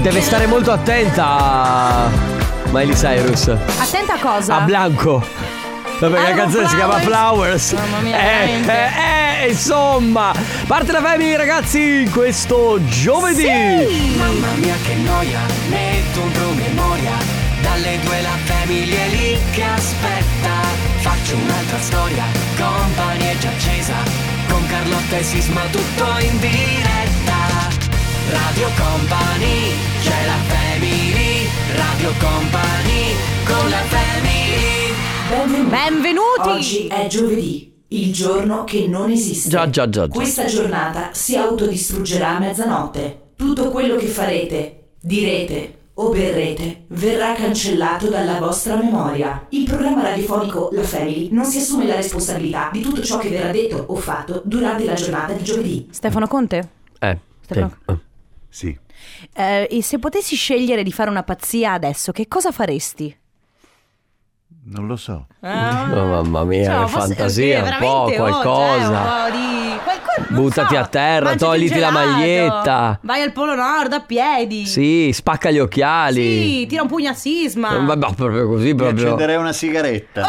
Deve stare molto attenta Miley Cyrus. Attenta a cosa? A Blanco. Vabbè, la canzone si chiama Flowers. Mamma mia, insomma, parte la family, ragazzi, questo giovedì. Sì. Mamma mia che noia, metto un promemoria. Dalle 2 la family è lì che aspetta. Faccio un'altra storia, Company è già accesa. Con Carlotta e Sisma tutto in diretta. Radio Company, c'è la family. Radio Company, con la family. Benvenuti. Oggi è giovedì, il giorno che non esiste. Già. Questa giornata si autodistruggerà a mezzanotte. Tutto quello che farete, direte o berrete verrà cancellato dalla vostra memoria. Il programma radiofonico La Family non si assume la responsabilità di tutto ciò che verrà detto o fatto durante la giornata di giovedì. Stefano Conte? Stefano. Sì. E se potessi scegliere di fare una pazzia adesso, che cosa faresti? Non lo so. Oh, mamma mia, che fantasia, un po', qualcosa. Buttati a terra, togliti la maglietta. Vai al Polo Nord a piedi. Sì, spacca gli occhiali. Sì, tira un pugno a Sisma. Vabbè, proprio così, Mi proprio. accenderei una sigaretta.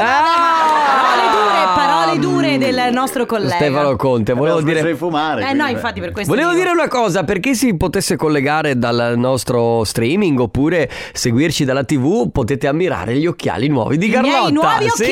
Parole dure del nostro collega Stefano Conte, volevo dire. Sai fumare. no, infatti per questo Volevo dire una cosa, perché si potesse collegare dal nostro streaming oppure seguirci dalla TV, potete ammirare gli occhiali nuovi di Carlotta. miei nuovi sì!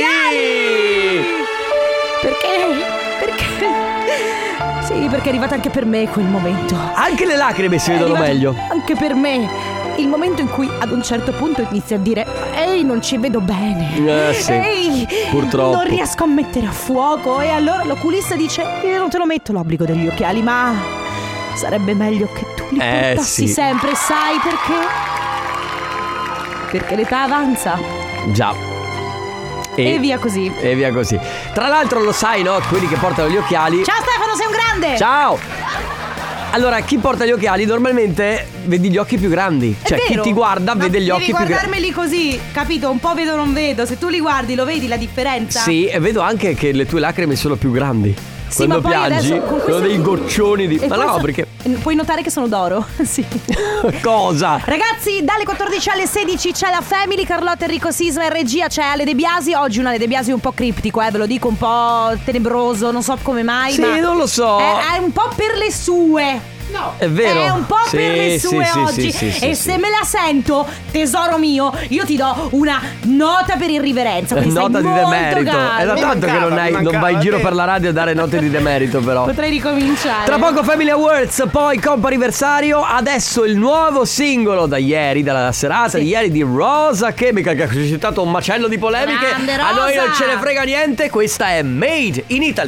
Perché è arrivato anche per me quel momento. Anche le lacrime si vedono meglio. Anche per me. Il momento in cui ad un certo punto inizia a dire: ehi, non ci vedo bene. Sì. Ehi, purtroppo non riesco a mettere a fuoco. E allora l'oculista dice: io non te lo metto l'obbligo degli occhiali, ma sarebbe meglio che tu li portassi sì. sempre. Sai perché? Perché l'età avanza. Già. E via così. E via così. Tra l'altro lo sai, no? Quelli che portano gli occhiali. Ciao Stefano, sei un grande. Ciao. Allora, chi porta gli occhiali normalmente vedi gli occhi più grandi. È Cioè, vero. chi ti guarda vede gli occhi più grandi. Devi guardarmeli così, capito? Un po' vedo o non vedo. Se tu li guardi, lo vedi la differenza? Sì, e vedo anche che le tue lacrime sono più grandi. Sì, Quando ma poi piangi, adesso, con sono questo- dei goccioni di. E Ma poi no, perché. puoi notare che sono d'oro. Sì. Cosa? Ragazzi, dalle 14 alle 16 c'è la Family, Carlotta, Enrico Sisma e regia c'è Ale De Biasi. Oggi un Ale De Biasi un po' criptico, ve lo dico, un po' tenebroso, non so come mai. Sì, ma non lo so. È un po' per le sue. No, è vero. È un po' Sì, per le sì, sue sì, oggi. sì, sì, e sì, se sì. me la sento, tesoro mio, io ti do una nota per irriverenza. quindi Nota sei di molto demerito. calmo. È da tanto che non vai in giro per la radio a dare note di demerito, però. Potrei ricominciare. Tra poco Family Awards, poi compo anniversario. Adesso il nuovo singolo da ieri, dalla serata di ieri di Rosa Chemical, che ha suscitato un macello di polemiche. Grande A noi Rosa! non ce ne frega niente. Questa è Made in Italy.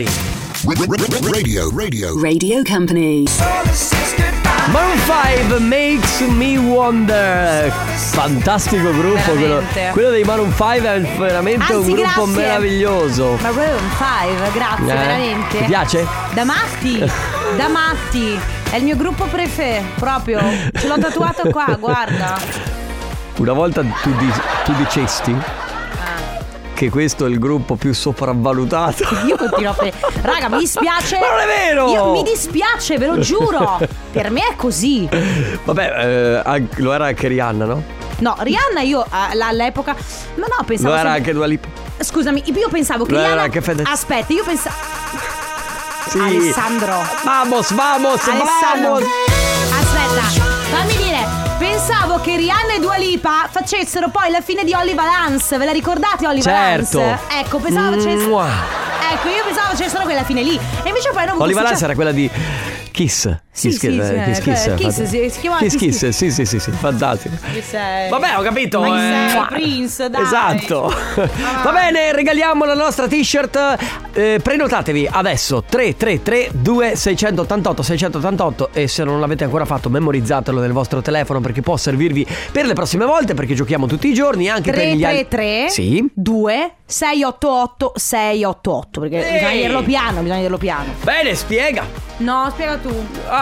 Radio Company. Maroon 5 Makes Me Wonder. Fantastico gruppo Veramente. quello dei Maroon 5 è veramente Anzi, un gruppo grazie. meraviglioso. Maroon 5, grazie, veramente. Ti piace? Da matti, da matti. È il mio gruppo proprio. Ce l'ho tatuato qua, guarda. Una volta tu dicesti che questo è il gruppo più sopravvalutato. Io continuo a raga, mi dispiace. Ma non è vero! Mi dispiace, ve lo giuro. Per me è così. Vabbè, lo era anche Rihanna, no? No, Rihanna io all'epoca. Ma no, pensavo. Lo era sempre- anche Dua Lipa. Scusami, io pensavo che Lo era Rihanna. anche Fedez. Aspetta, io pensavo. Sì. Alessandro. Vamos. Alessandro. Aspetta, fammi dire. Pensavo che Rihanna e Dua Lipa facessero poi la fine di Only Valance. Ve la ricordate Only Certo. Valance? Ecco, pensavo facessero. Mua. Ecco, io pensavo facessero quella fine lì. E invece poi hanno avuto Only Valance successo. era quella di Kiss. Sì, Kiss, sì, Kiss, si chiamava Kiss. Sì, fantastico. Chi sei? Vabbè, ho capito. Ma chi sei? Prince, dai. Esatto. Va bene, regaliamo la nostra t-shirt. Prenotatevi adesso 333 2688 688 e se non l'avete ancora fatto memorizzatelo nel vostro telefono perché può servirvi per le prossime volte perché giochiamo tutti i giorni anche per gli altri. 333 Sì. 2 688 688 perché bisogna dirlo piano, Bene, spiega. No, spiega tu.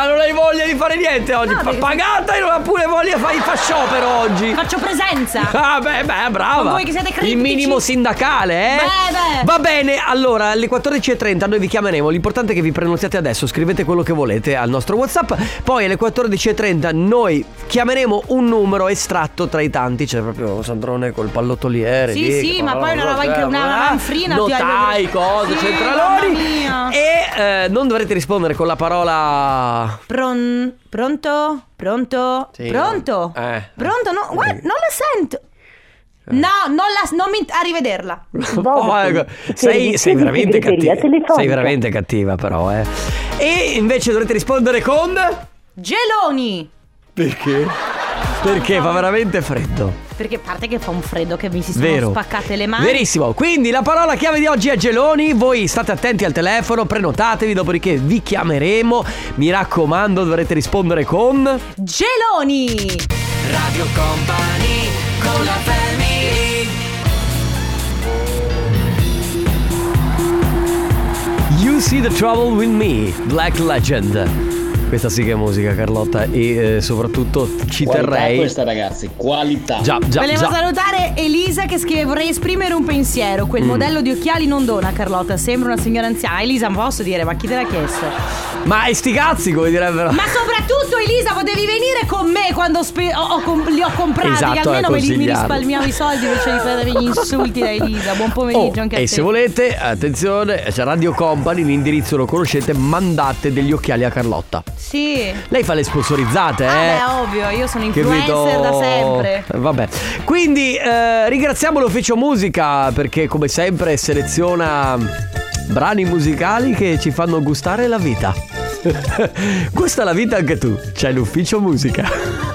Ma non hai voglia di fare niente oggi? No, perché- Pagata e non ha pure voglia di fare sciopero oggi. Faccio presenza. Ah, beh, brava. Con voi che siete criptici. Il minimo sindacale, eh? Beh. Va bene, allora alle 14:30 noi vi chiameremo. L'importante è che vi prenotiate adesso. Scrivete quello che volete al nostro WhatsApp. Poi alle 14:30 noi chiameremo un numero estratto tra i tanti. C'è proprio Sandrone col pallottoliere. Sì, lì, sì, che ma fa- poi una roba anche una manfrina. Notai, cose, Sì, centraloni. mamma mia. E non dovrete rispondere con la parola. Pronto? Pronto? Sì. Pronto? Pronto? No, guarda, non la sento. No, non mi. Arrivederla. Oh, ecco. Sei veramente cattiva. Sei veramente cattiva, però, eh. E invece dovrete rispondere con. Geloni. Perché? Perché fa veramente freddo. Perché a parte che fa un freddo che mi si sono Vero. spaccate le mani. Verissimo. Quindi la parola chiave di oggi è geloni. Voi state attenti al telefono, prenotatevi, dopodiché vi chiameremo. Mi raccomando, dovrete rispondere con. Geloni. Radio Company con la family. You See the Trouble with Me, Black Legend. Questa sì che è musica, Carlotta. E soprattutto ci terrei. Questa, ragazzi, qualità. Già. Volevo salutare Elisa che scrive: vorrei esprimere un pensiero. Quel modello di occhiali non dona, Carlotta. Sembra una signora anziana. Elisa, ma posso dire, ma chi te l'ha chiesto? Ma sti cazzi, come direbbero. Ma soprattutto, Elisa, potevi venire con me quando li ho comprati. Esatto, che almeno è mi consigliato. risparmiavo i soldi invece di prendere gli insulti da Elisa. Buon pomeriggio anche a te. E se volete, attenzione, c'è Radio Company, l'indirizzo lo conoscete, mandate degli occhiali a Carlotta. Sì. Lei fa le sponsorizzate, Beh, ovvio, io sono influencer Capito? da sempre. Vabbè. Quindi ringraziamo l'ufficio musica perché come sempre seleziona brani musicali che ci fanno gustare la vita. Gusta la vita anche tu, c'è l'ufficio musica.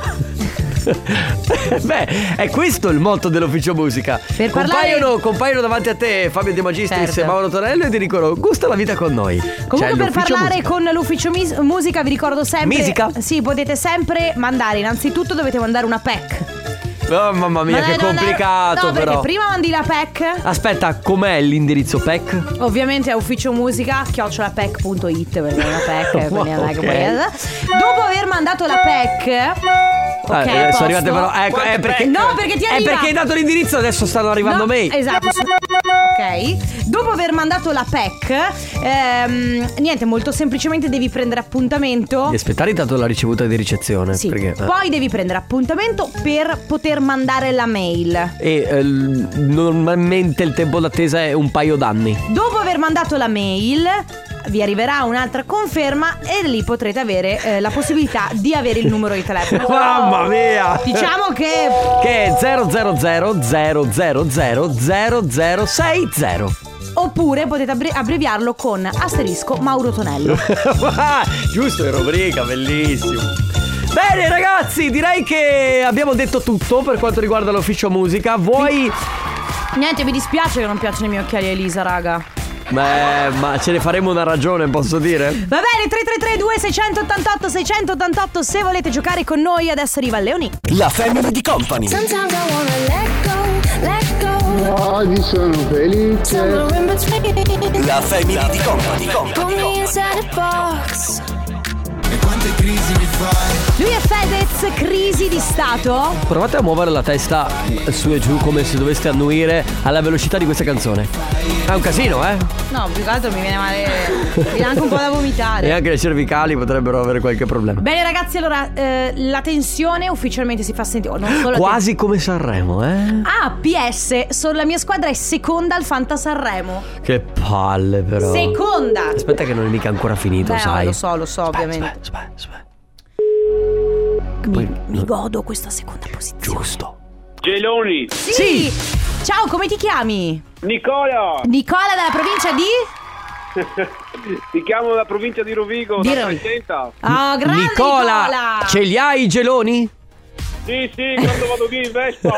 Beh, è questo il motto dell'ufficio musica. Per parlare- compaiono davanti a te Fabio De Magistris Certo. e Mauro Tonello e ti dicono gusta la vita con noi. Comunque C'è per l'ufficio parlare musica. con l'ufficio musica vi ricordo sempre. Musica? Sì, potete sempre mandare. Innanzitutto dovete mandare una PEC. Oh mamma mia, che complicato No, perché però. prima mandi la PEC. Aspetta, com'è l'indirizzo PEC? Ovviamente è ufficio musica @pec.it perché è una PEC, quindi non è che Ok. poi. Dopo aver mandato la PEC. Ok, sono posto. arrivate però. Ecco, è perché. No, perché ti È arriva. perché hai dato l'indirizzo, adesso stanno arrivando No, mail. Esatto. Ok. Dopo aver mandato la PEC, niente, molto semplicemente devi prendere appuntamento. Di aspettare intanto la ricevuta di ricezione. Sì. Perché, Poi devi prendere appuntamento per poter mandare la mail. E normalmente il tempo d'attesa è un paio d'anni. Dopo aver mandato la mail vi arriverà un'altra conferma e lì potrete avere la possibilità di avere il numero di telefono. Mamma mia! Diciamo che è 0000060. oppure potete abbreviarlo con asterisco Mauro Tonello. Giusto, in rubrica, bellissimo. Bene ragazzi, direi che abbiamo detto tutto per quanto riguarda l'ufficio musica. Vuoi... Niente, mi dispiace che non piacciono i miei occhiali a Elisa, raga. Beh, ma ce ne faremo una ragione, posso dire? Va bene, 333-2688-688 se volete giocare con noi. Adesso arriva Leoni. La family di Company. Oggi sono felice. La family di Company. Lui è Fedez, crisi di stato. Provate a muovere la testa su e giù come se doveste annuire alla velocità di questa canzone. È un casino, eh? No, più che altro mi viene male. Mi viene anche un po' da vomitare. E anche le cervicali potrebbero avere qualche problema. Bene ragazzi, allora la tensione ufficialmente si fa sentire. Non solo Quasi come Sanremo, eh? Ah, PS, la mia squadra è seconda al Fanta Sanremo. Che palle però. Seconda. Aspetta che non è mica ancora finito, Beh, sai. lo so, ovviamente. Aspetta. Mi godo questa seconda posizione. Giusto. Geloni. Sì. Ciao, come ti chiami? Nicola. Nicola dalla provincia di? Ti chiamo dalla provincia di Rovigo. Di da Rovigo. 300. Oh, grande Nicola. Ce li hai i geloni? Sì, quando vado via in Vespa.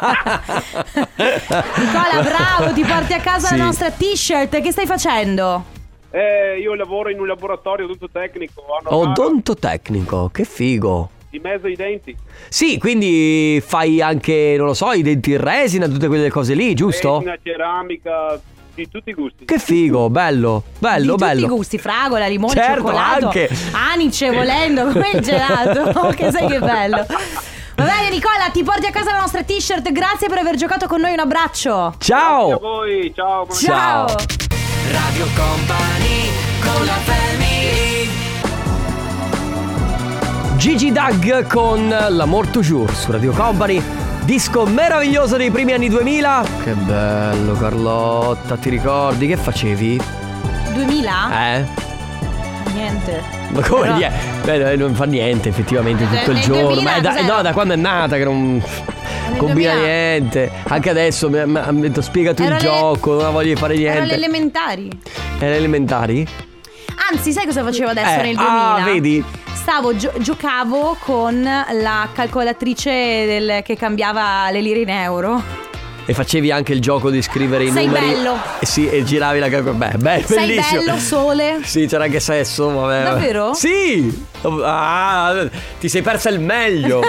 Nicola, bravo, ti porti a casa Sì. la nostra t-shirt. Che stai facendo? Io lavoro in un laboratorio odontotecnico. Odontotecnico, che figo. Di mezzo ai denti. Sì, quindi fai anche, non lo so, i denti in resina, tutte quelle cose lì, giusto? Resina, ceramica, Di tutti i gusti. Che figo, bello, bello, Di bello. tutti i gusti, fragola, limone, Certo, cioccolato, anche. anice, volendo, come il gelato. Che sai che bello. Va bene Nicola, ti porti a casa la nostra t-shirt. Grazie per aver giocato con noi, un abbraccio. Ciao. Grazie a voi, ciao. Ciao. Radio Company con la family. Gigi Doug con L'Amour Toujours su Radio Company. Disco meraviglioso dei primi anni 2000. Che bello Carlotta, ti ricordi che facevi? 2000? Niente. Ma come Però- niente? Beh, non fa niente effettivamente tutto il nel giorno. 2000 Ma è cos'era? no, da quando è nata che non combina 2000. niente. Anche adesso mi ha detto spiega tu il Ero alle- gioco, non voglio fare Erano niente. le elementari. Era elementari? Anzi, sai cosa facevo adesso nel 2000? Ah, vedi? Giocavo con la calcolatrice che cambiava le lire in euro. E facevi anche il gioco di scrivere i Sei numeri. bello. Sì, e giravi la calcolatrice. Beh, Sei bellissimo. bello, sole. Sì, c'era anche sesso, vabbè. Davvero? Sì. Ah, ti sei persa il meglio.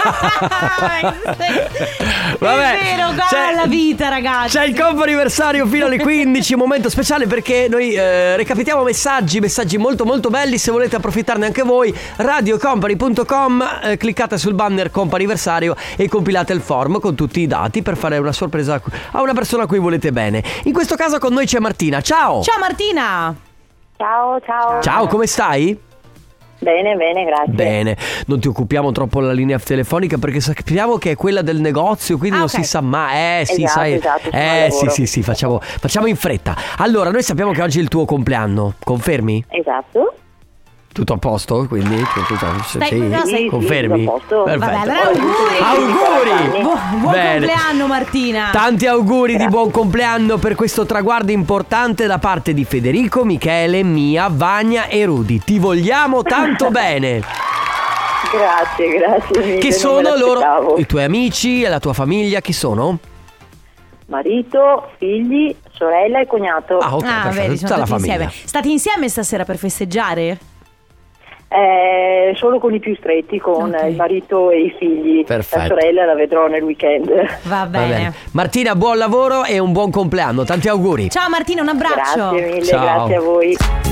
Vabbè, È vero, c'è- guarda la vita, ragazzi. C'è il compo anniversario fino alle 15, momento speciale perché noi recapitiamo messaggi molto molto belli. Se volete approfittarne anche voi, radiocompany.com, cliccate sul banner compo anniversario e compilate il form con tutti i dati per fare una sorpresa a una persona a cui volete bene. In questo caso con noi c'è Martina. Ciao. Ciao Martina. Ciao. Ciao, come stai? Bene, grazie. Bene, non ti occupiamo troppo la linea telefonica perché sappiamo che è quella del negozio, quindi non ok. si sa mai. Sì, Esatto, sai. esatto, sono al lavoro. Sì, facciamo in fretta. Allora, noi sappiamo che oggi è il tuo compleanno, confermi? Esatto. Tutto a posto? Quindi Sì, confermi? tutto a posto. Perfetto. Vabbè, allora Auguri! Buon Bene. compleanno Martina. Tanti auguri di buon compleanno per questo traguardo importante da parte di Federico, Michele, Mia, Vania e Rudy. Ti vogliamo tanto bene. Grazie mille. Chi non sono me loro? l'aspettavo. I tuoi amici e la tua famiglia? Chi sono? Marito, figli, sorella e cognato. Ah, ok, Ah, perfetto, vedi, tutta sono la tutti famiglia. insieme. State insieme stasera per festeggiare? Solo con i più stretti, con Ok. il marito e i figli. Perfetto. La sorella la vedrò nel weekend. Va Va bene. bene. Martina, buon lavoro e un buon compleanno. Tanti auguri. Ciao Martina, un abbraccio. Grazie mille, Ciao. grazie a voi.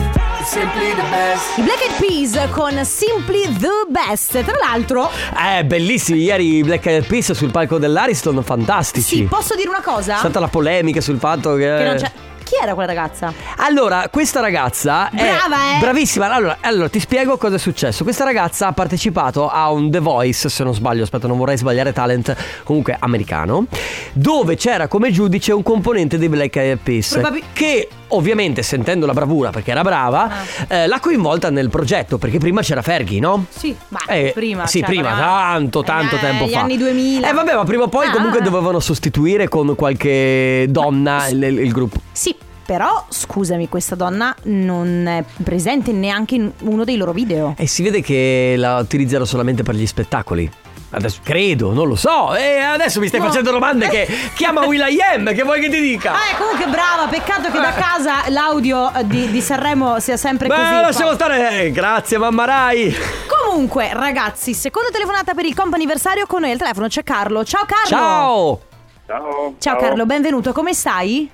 I Black Eyed Peas con Simply the Best. Tra l'altro, Bellissimi ieri i Black Eyed Peas sul palco dell'Ariston, fantastici. sì, posso dire una cosa? C'è stata la polemica sul fatto che Che non c'è. Chi era quella ragazza? Allora, questa ragazza Brava, è bravissima. Allora, ti spiego cosa è successo. Questa ragazza ha partecipato a un The Voice, se non sbaglio, aspetta, non vorrei sbagliare, talent, comunque americano, dove c'era come giudice un componente dei Black Eyed Peas che ovviamente, sentendo la bravura, perché era brava, l'ha coinvolta nel progetto, perché prima c'era Fergie, no? Sì, ma prima. Sì, cioè, prima, parliamo- tanto tempo gli fa. anni 2000. Vabbè, ma prima o poi comunque dovevano sostituire con qualche donna il gruppo. Sì, però scusami, questa donna non è presente neanche in uno dei loro video. E si vede che la utilizzano solamente per gli spettacoli. Adesso credo, non lo so. E adesso mi stai facendo domande che chiama will.i.am, che vuoi che ti dica? Comunque brava, peccato che da casa l'audio di Sanremo sia sempre Beh, così. lasciamo stare. Grazie, mamma Rai. Comunque, ragazzi, seconda telefonata per il comp'anniversario. Con noi al telefono c'è Carlo. Ciao Carlo. Ciao. Ciao Carlo, benvenuto. Come stai?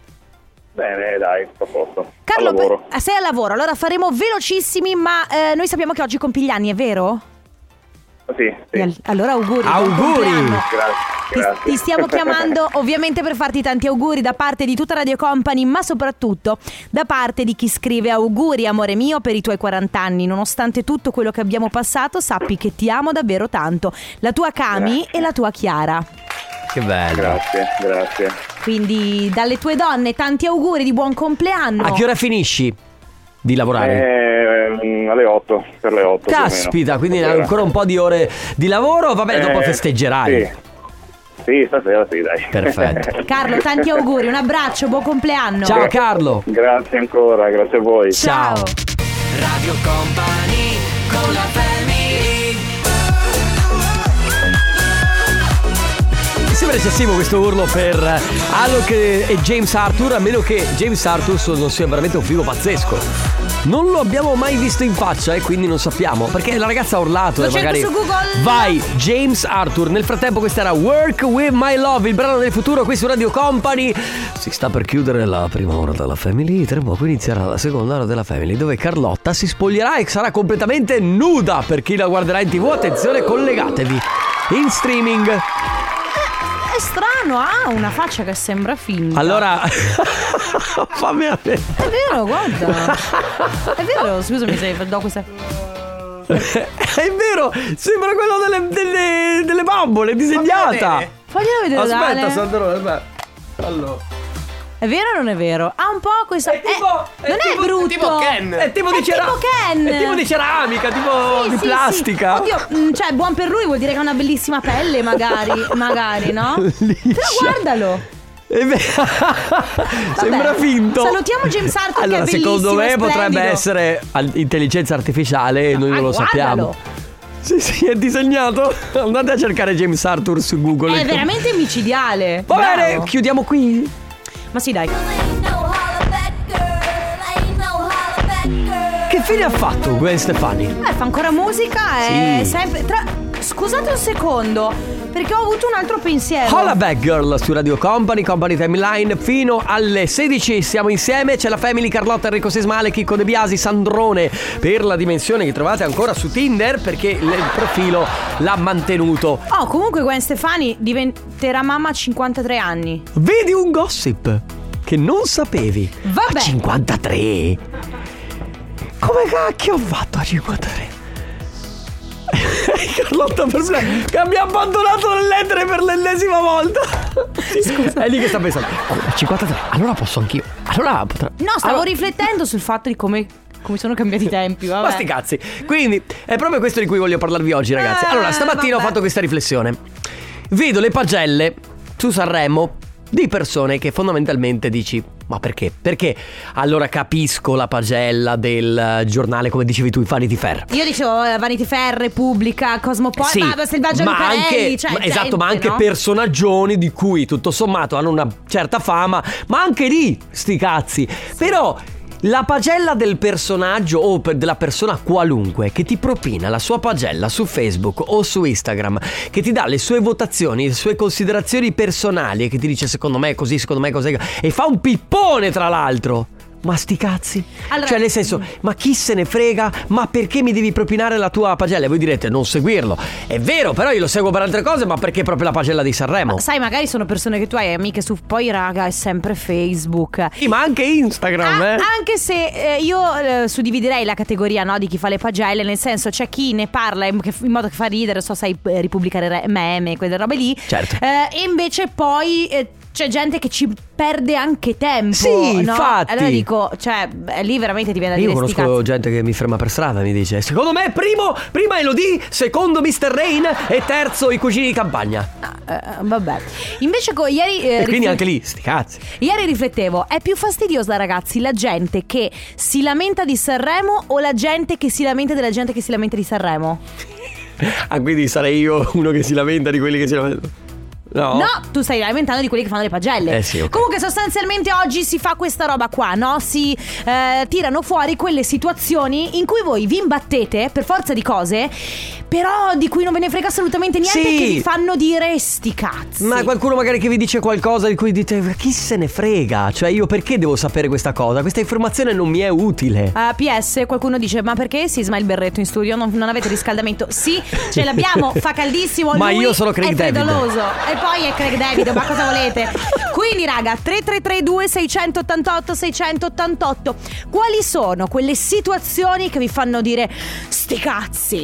Bene, dai, a posto. Carlo, Al lavoro. sei al lavoro. Allora faremo velocissimi, ma noi sappiamo che oggi compi gli anni, è vero? Sì. E allora auguri. buon Auguri. compleanno. Grazie. Ti stiamo chiamando ovviamente per farti tanti auguri da parte di tutta Radio Company, ma soprattutto da parte di chi scrive: auguri amore mio per i tuoi 40 anni. Nonostante tutto quello che abbiamo passato, sappi che ti amo davvero tanto. La tua Cami e la tua Chiara. Che bello. Grazie. Quindi dalle tue donne tanti auguri di buon compleanno. A che ora finisci di lavorare? Alle 8, per le 8. Caspita, quindi hai ancora un po' di ore di lavoro. Vabbè, dopo festeggerai. Sì, stasera sì, dai. Perfetto. Carlo, tanti auguri, un abbraccio, buon compleanno. Ciao Carlo. Grazie ancora, grazie a voi. Ciao. Radio Company con la family. Sembra eccessivo questo urlo per Alok e James Arthur, a meno che James Arthur non sia veramente un figo pazzesco. non lo abbiamo mai visto in faccia e quindi non sappiamo, perché la ragazza ha urlato. Lo cerco magari su Google. Vai, James Arthur. Nel frattempo questa era Work With My Love, il brano del futuro qui su Radio Company. Si sta per chiudere la prima ora della Family, tra poco inizierà la seconda ora della Family, dove Carlotta si spoglierà e sarà completamente nuda. Per chi la guarderà in TV, attenzione, collegatevi in streaming. È strano, ha una faccia che sembra finta. Allora fammi vedere. È vero, guarda. È vero, scusami se do questa. È vero, sembra quello delle bambole disegnata. Faglielo vedere. Aspetta, Dale. Sandro, aspetta. Allora. È vero o non è vero? Ha un po' questa. È tipo, non è brutto. Tipo Ken. È tipo di Ken. È tipo di ceramica, tipo di plastica. Sì. Oddio, cioè buon per lui, vuol dire che ha una bellissima pelle, magari, no? Però guardalo. Sembra finto. Salutiamo James Arthur, allora, che è bellissimo. secondo me splendido. potrebbe essere intelligenza artificiale e noi non lo sappiamo. Sì, è disegnato. Andate a cercare James Arthur su Google. È veramente micidiale. Va Bravo. bene, chiudiamo qui. Ma sì, dai. Che fine ha fatto Gwen Stefani? Fa ancora musica. È sempre. Scusate un secondo, perché ho avuto un altro pensiero. Holla Back Girl su Radio Company, Company Timeline fino alle 16. Siamo insieme, c'è la Family, Carlotta, Enrico Sesmale, Chicco De Biasi, Sandrone per la dimensione che trovate ancora su Tinder, perché il profilo l'ha mantenuto. Oh, comunque Gwen Stefani diventerà mamma a 53 anni. Vedi un gossip che non sapevi. Vabbè. A 53? Come cacchio ho fatto a 53? Carlotta perplessa, che abbia abbandonato le lettere per l'ennesima volta. Scusa. È lì che sta pensando. 53, allora posso anch'io. Allora potrà. No, stavo riflettendo sul fatto di come sono cambiati i tempi. Vabbè. Ma sti cazzi. Quindi è proprio questo di cui voglio parlarvi oggi, ragazzi. Allora, stamattina ho fatto questa riflessione. Vedo le pagelle su Sanremo di persone che fondamentalmente dici: ma perché? Perché allora capisco la pagella del giornale, come dicevi tu, Vanity Fair. Io dicevo Vanity Fair, Repubblica, Cosmopolitan, sì, Selvaggio Lucarelli, cioè, esatto, ma anche no? personaggioni di cui tutto sommato hanno una certa fama, ma anche lì sti cazzi. Però la pagella del personaggio o della persona qualunque che ti propina la sua pagella su Facebook o su Instagram, che ti dà le sue votazioni, le sue considerazioni personali e che ti dice secondo me è così, secondo me è così, e fa un pippone tra l'altro. Ma sti cazzi. Allora, cioè nel senso, ma chi se ne frega? Ma perché mi devi propinare la tua pagella? E voi direte non seguirlo. È vero, però io lo seguo per altre cose. Ma perché proprio la pagella di Sanremo? Ma sai, magari sono persone che tu hai amiche su. Poi raga, è sempre Facebook. Sì, ma anche Instagram Anche se io suddividerei la categoria, no, di chi fa le pagelle. Nel senso, c'è chi ne parla in modo che fa ridere. So, sai, ripubblicare meme, quelle robe lì. Certo. E invece poi c'è gente che ci perde anche tempo. Sì, no? infatti. Allora dico, cioè, lì veramente ti viene da dire io conosco gente che mi ferma per strada e mi dice: secondo me prima Elodie, secondo Mr. Rain e terzo i cugini di campagna. Vabbè. Invece ieri e quindi anche lì, sti cazzi. Ieri riflettevo, è più fastidiosa, ragazzi, la gente che si lamenta di Sanremo o la gente che si lamenta della gente che si lamenta di Sanremo? Ah, quindi sarei io uno che si lamenta di quelli che si lamentano. No, tu stai lamentando di quelli che fanno le pagelle. Sì, okay. Comunque sostanzialmente oggi si fa questa roba qua, no? Si tirano fuori quelle situazioni in cui voi vi imbattete per forza di cose, però di cui non ve ne frega assolutamente niente, sì, che vi fanno dire sti cazzi. Ma qualcuno magari che vi dice qualcosa di cui dite: chi se ne frega? Cioè io perché devo sapere questa cosa? Questa informazione non mi è utile. PS, qualcuno dice: ma perché Sisma il berretto in studio? Non avete riscaldamento? Sì, ce l'abbiamo, fa caldissimo. Ma lui io sono Craig è David. freddoloso. E poi è Craig David, ma cosa volete? Quindi raga, 3332 688 688, quali sono quelle situazioni che vi fanno dire sti cazzi?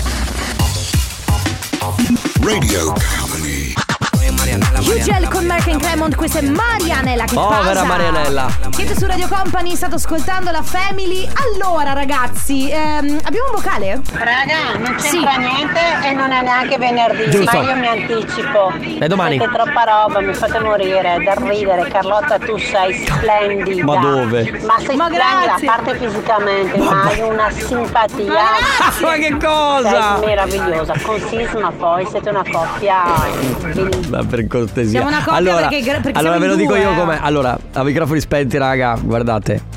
Radio Company. Ugel con Mark and Clement, questa è Marianella che povera pausa. Marianella. Siete su Radio Company, state ascoltando la Family. Allora ragazzi, abbiamo un vocale? Raga, non c'entra niente e non è neanche venerdì. Giusto. Ma io mi anticipo. E domani? Siete troppa roba, mi fate morire da ridere. Carlotta, tu sei splendida. Ma dove? Ma sei splendida, grazie. a parte fisicamente, ma hai una simpatia. Ma che cosa? Sei meravigliosa. Con Sisma poi siete una coppia bellissima. Ma per cortesia. Siamo una coppia allora, perché allora siamo ve lo in dico due, io com'è. Allora, a microfoni spenti, raga, guardate.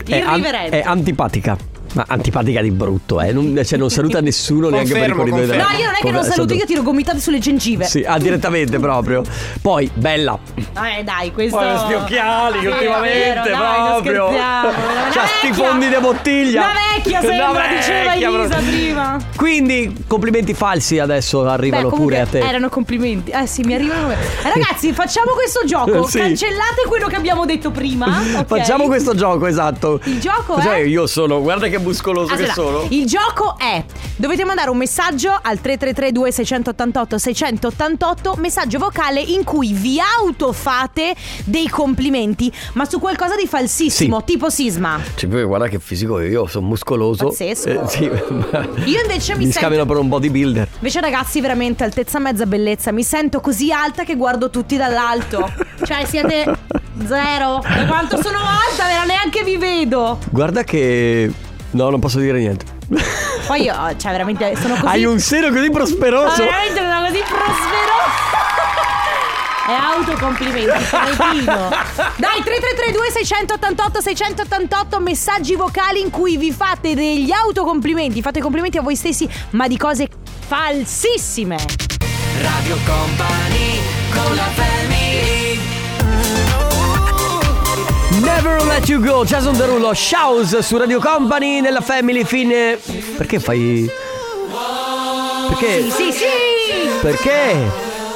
Irriverente. È antipatica. Ma antipatica di brutto, non saluta nessuno neanche per i corridoi della... No, io non è che non saluto, io tiro gomitate sulle gengive. Sì, direttamente proprio. Poi, bella. Dai, questo... Poi questi occhiali ultimamente proprio. C'ha sti fondi di bottiglia. Una vecchia sembra, diceva Elisa prima. Quindi, complimenti falsi adesso arrivano pure a te. Erano complimenti. Sì, mi arrivano. Ragazzi, facciamo questo gioco. Sì. Cancellate quello che abbiamo detto prima. Okay? Facciamo questo gioco, esatto. Il gioco è... Io sono, guarda che muscoloso che sono. Il gioco è: dovete mandare un messaggio al 333-2688-688, messaggio vocale in cui vi autofate dei complimenti, ma su qualcosa di falsissimo, tipo Sisma. Guarda che fisico, io sono muscoloso. Pazzesco. Sì. Io invece mi scambiano per un bodybuilder. Invece ragazzi, veramente altezza mezza bellezza. Mi sento così alta che guardo tutti dall'alto. Cioè siete zero. Da quanto sono alta, neanche vi vedo. Guarda che... No, non posso dire niente. Poi io, cioè veramente sono così... Hai un seno così prosperoso. Veramente sono così prosperoso. È autocomplimenti, cretino. Dai, 333-2688-688, messaggi vocali in cui vi fate degli autocomplimenti. Fate complimenti a voi stessi, ma di cose falsissime. Radio Company con la family. Never Let You Go, Jason Derulo, Shows su Radio Company nella Family fine. Perché fai... Perché? Sì. Perché?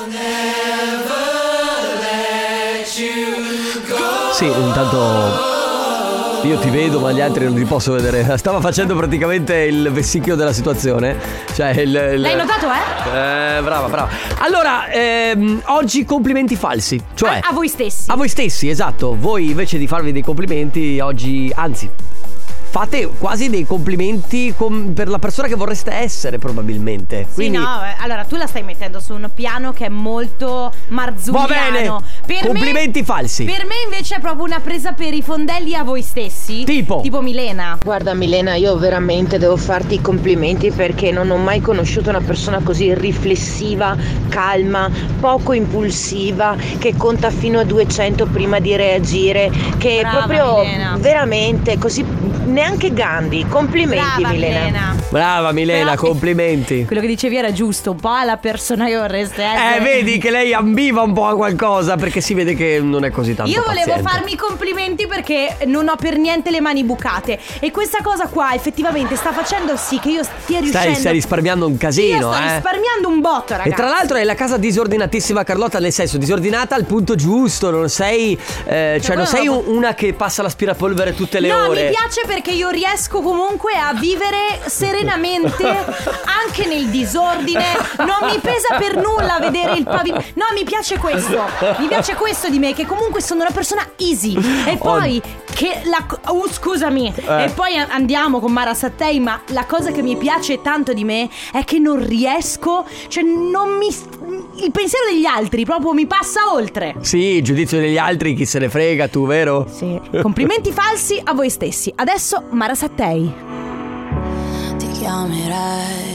Sì, intanto io ti vedo ma gli altri non ti posso vedere. Stava facendo praticamente il vessillo della situazione. Cioè L'hai notato, brava. Allora, oggi complimenti falsi. Cioè a voi stessi. A voi stessi, esatto. Voi invece di farvi dei complimenti oggi, anzi, fate quasi dei complimenti per la persona che vorreste essere, probabilmente. Quindi... Sì, no, allora tu la stai mettendo su un piano che è molto marzuliano. Va bene. Complimenti falsi. Per me invece è proprio una presa per i fondelli a voi stessi. Tipo Milena. Guarda Milena, io veramente devo farti i complimenti perché non ho mai conosciuto una persona così riflessiva, calma, poco impulsiva, che conta fino a 200 prima di reagire, che brava, è proprio Milena. Veramente così, neanche Gandhi. Complimenti, brava, Milena. Brava Milena, però, complimenti. Quello che dicevi era giusto, un po' alla persona che vorreste essere. Vedi che lei ambiva un po' a qualcosa, perché si vede che non è così tanto Io volevo paziente. farmi i complimenti perché non ho per niente le mani bucate. E questa cosa qua effettivamente sta facendo sì che io stia riuscendo. Stai risparmiando un casino. Io sto risparmiando un botto, ragazzi. E tra l'altro è la casa disordinatissima, Carlotta, nel senso disordinata al punto giusto. Non sei non sei una che passa l'aspirapolvere tutte le ore. No, mi piace perché io riesco comunque a vivere serenamente anche nel disordine. Non mi pesa per nulla vedere il pavimento. No, mi piace questo. Mi piace questo di me, che comunque sono una persona easy. E poi scusami. E poi andiamo con Mara Sattei. Ma la cosa che mi piace tanto di me è che non riesco, cioè non mi... il pensiero degli altri proprio mi passa oltre. Sì, il giudizio degli altri chi se ne frega, tu, vero? Sì. Complimenti falsi a voi stessi. Adesso Mara Sattei. Ti chiamerai.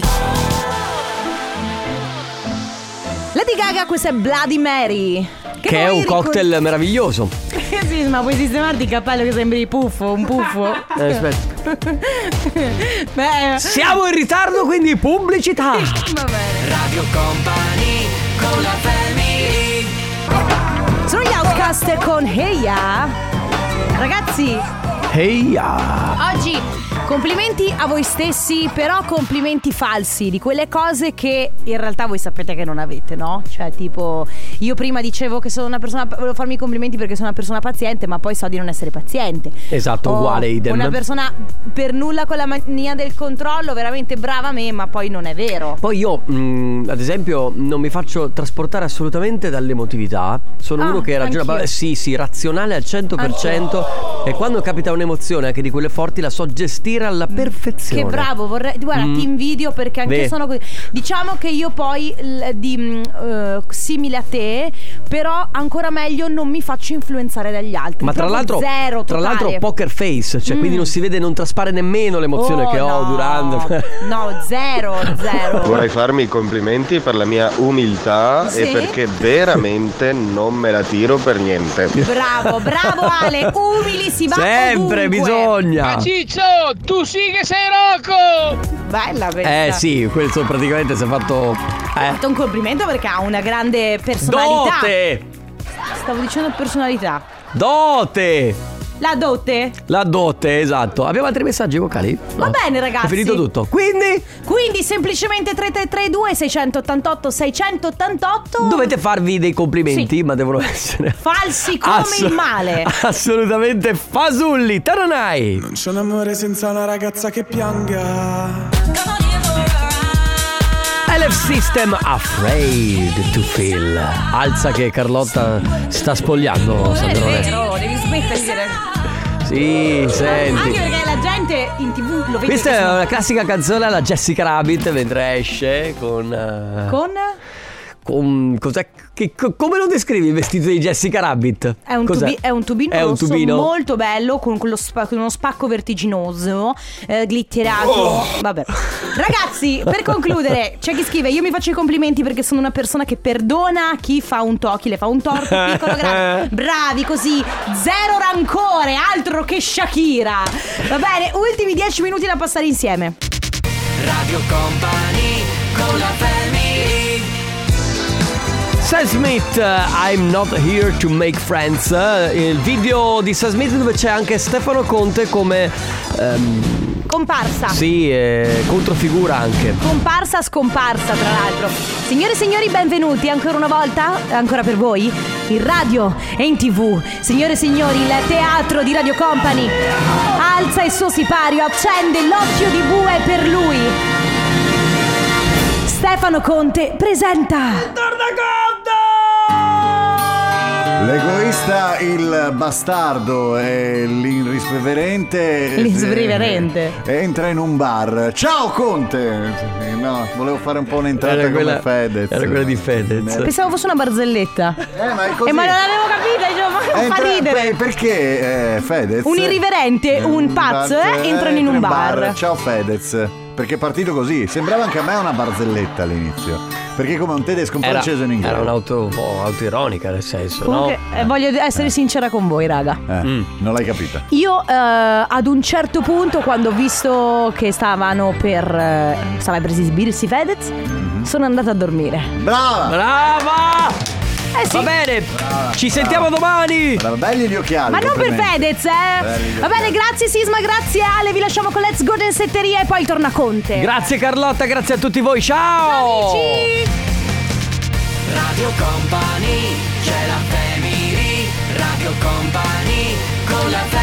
Lady Gaga, questa è Bloody Mary, che è un cocktail meraviglioso. Sì, ma puoi sistemarti il cappello che sembri puffo, un puffo. Aspetta. Beh. Siamo in ritardo, quindi pubblicità. Va bene. Radio Company con la family. Sono gli Outcast con Hey Ya. Ragazzi, Hey Ya. oggi complimenti a voi stessi, però complimenti falsi, di quelle cose che in realtà voi sapete che non avete, no? Cioè tipo, io prima dicevo che sono una persona, volevo farmi i complimenti perché sono una persona paziente, ma poi so di non essere paziente. Esatto, uguale, idem. Una persona per nulla con la mania del controllo, veramente brava me, ma poi non è vero. Poi io, ad esempio, non mi faccio trasportare assolutamente dall'emotività. Sono uno che ragiona, sì, razionale al 100%. E quando capita un'emozione, anche di quelle forti, la so gestire capire alla perfezione. Che bravo, guarda, ti invidio perché anche sono così. Diciamo che io poi simile a te, però ancora meglio non mi faccio influenzare dagli altri. Ma tra l'altro poker face, cioè quindi non si vede, non traspare nemmeno l'emozione che ho durante. No, zero. Vorrei farmi i complimenti per la mia umiltà e perché veramente non me la tiro per niente. Bravo Ale, umili si va sempre ovunque. Bisogna. Ma Ciccio, tu sì che sei Rocco! Bella questa. Sì, questo praticamente si è fatto Ha fatto un complimento perché ha una grande personalità. Dote! Stavo dicendo personalità. Dote! La dote? La dote, esatto. Abbiamo altri messaggi vocali? No. Va bene, ragazzi. È finito tutto. Quindi semplicemente 3332 688 688 dovete farvi dei complimenti, ma devono essere falsi come il male. Assolutamente fasulli. Taranai. Non c'è un amore senza una ragazza che pianga. LF System, Afraid to Feel. Alza che Carlotta sta spogliando, Sandrone. È vero, devi smettere di dire. Sì, senti. Anche perché la gente in TV lo vede. Questa è una classica canzone alla Jessica Rabbit mentre esce con cos'è? Come lo descrivi il vestito di Jessica Rabbit? È un tubino è un rosso tubino molto bello con uno spacco vertiginoso, glitterato. Vabbè. Ragazzi, per concludere, c'è chi scrive: io mi faccio i complimenti perché sono una persona che perdona chi fa un chi le fa un torto, piccolo grande. Bravi così, zero rancore, altro che Shakira. Va bene, ultimi 10 minuti da passare insieme. Radio Company con la family. Sam Smith, I'm not here to make friends. Il video di Sam Smith dove c'è anche Stefano Conte come comparsa. Sì, controfigura anche. Comparsa scomparsa tra l'altro. Signore e signori, benvenuti ancora una volta, ancora per voi, in radio e in TV. Signore e signori, il teatro di Radio Company alza il suo sipario, accende l'occhio di bue per lui. Stefano Conte presenta l'egoista, il bastardo e l'irrispeverente entra in un bar. Ciao Conte! No, volevo fare un po' un'entrata come Fedez. Era quella di Fedez. Pensavo fosse una barzelletta. Ma è così. Ma non l'avevo capita, ma non fa ridere. Perché Fedez, un irriverente, un pazzo, entrano in un bar. Ciao Fedez. Perché è partito così. Sembrava anche a me una barzelletta all'inizio. Perché come un tedesco un francese in inglese. Era un'auto un po' autoironica nel senso. Comunque, no? Voglio essere sincera con voi, raga. Non l'hai capita. Io ad un certo punto, quando ho visto che stava per esibirsi Fedez, sono andata a dormire. Brava! Sì. Va bene, ci sentiamo domani. Belli gli occhiali. Ma non per Fedez, Va bene, grazie Sisma, grazie Ale. Vi lasciamo con Let's Go Densetteria e poi torna Conte. Grazie Carlotta, grazie a tutti voi. Ciao. Amici. Radio Company, c'è la family. Radio Company con la family.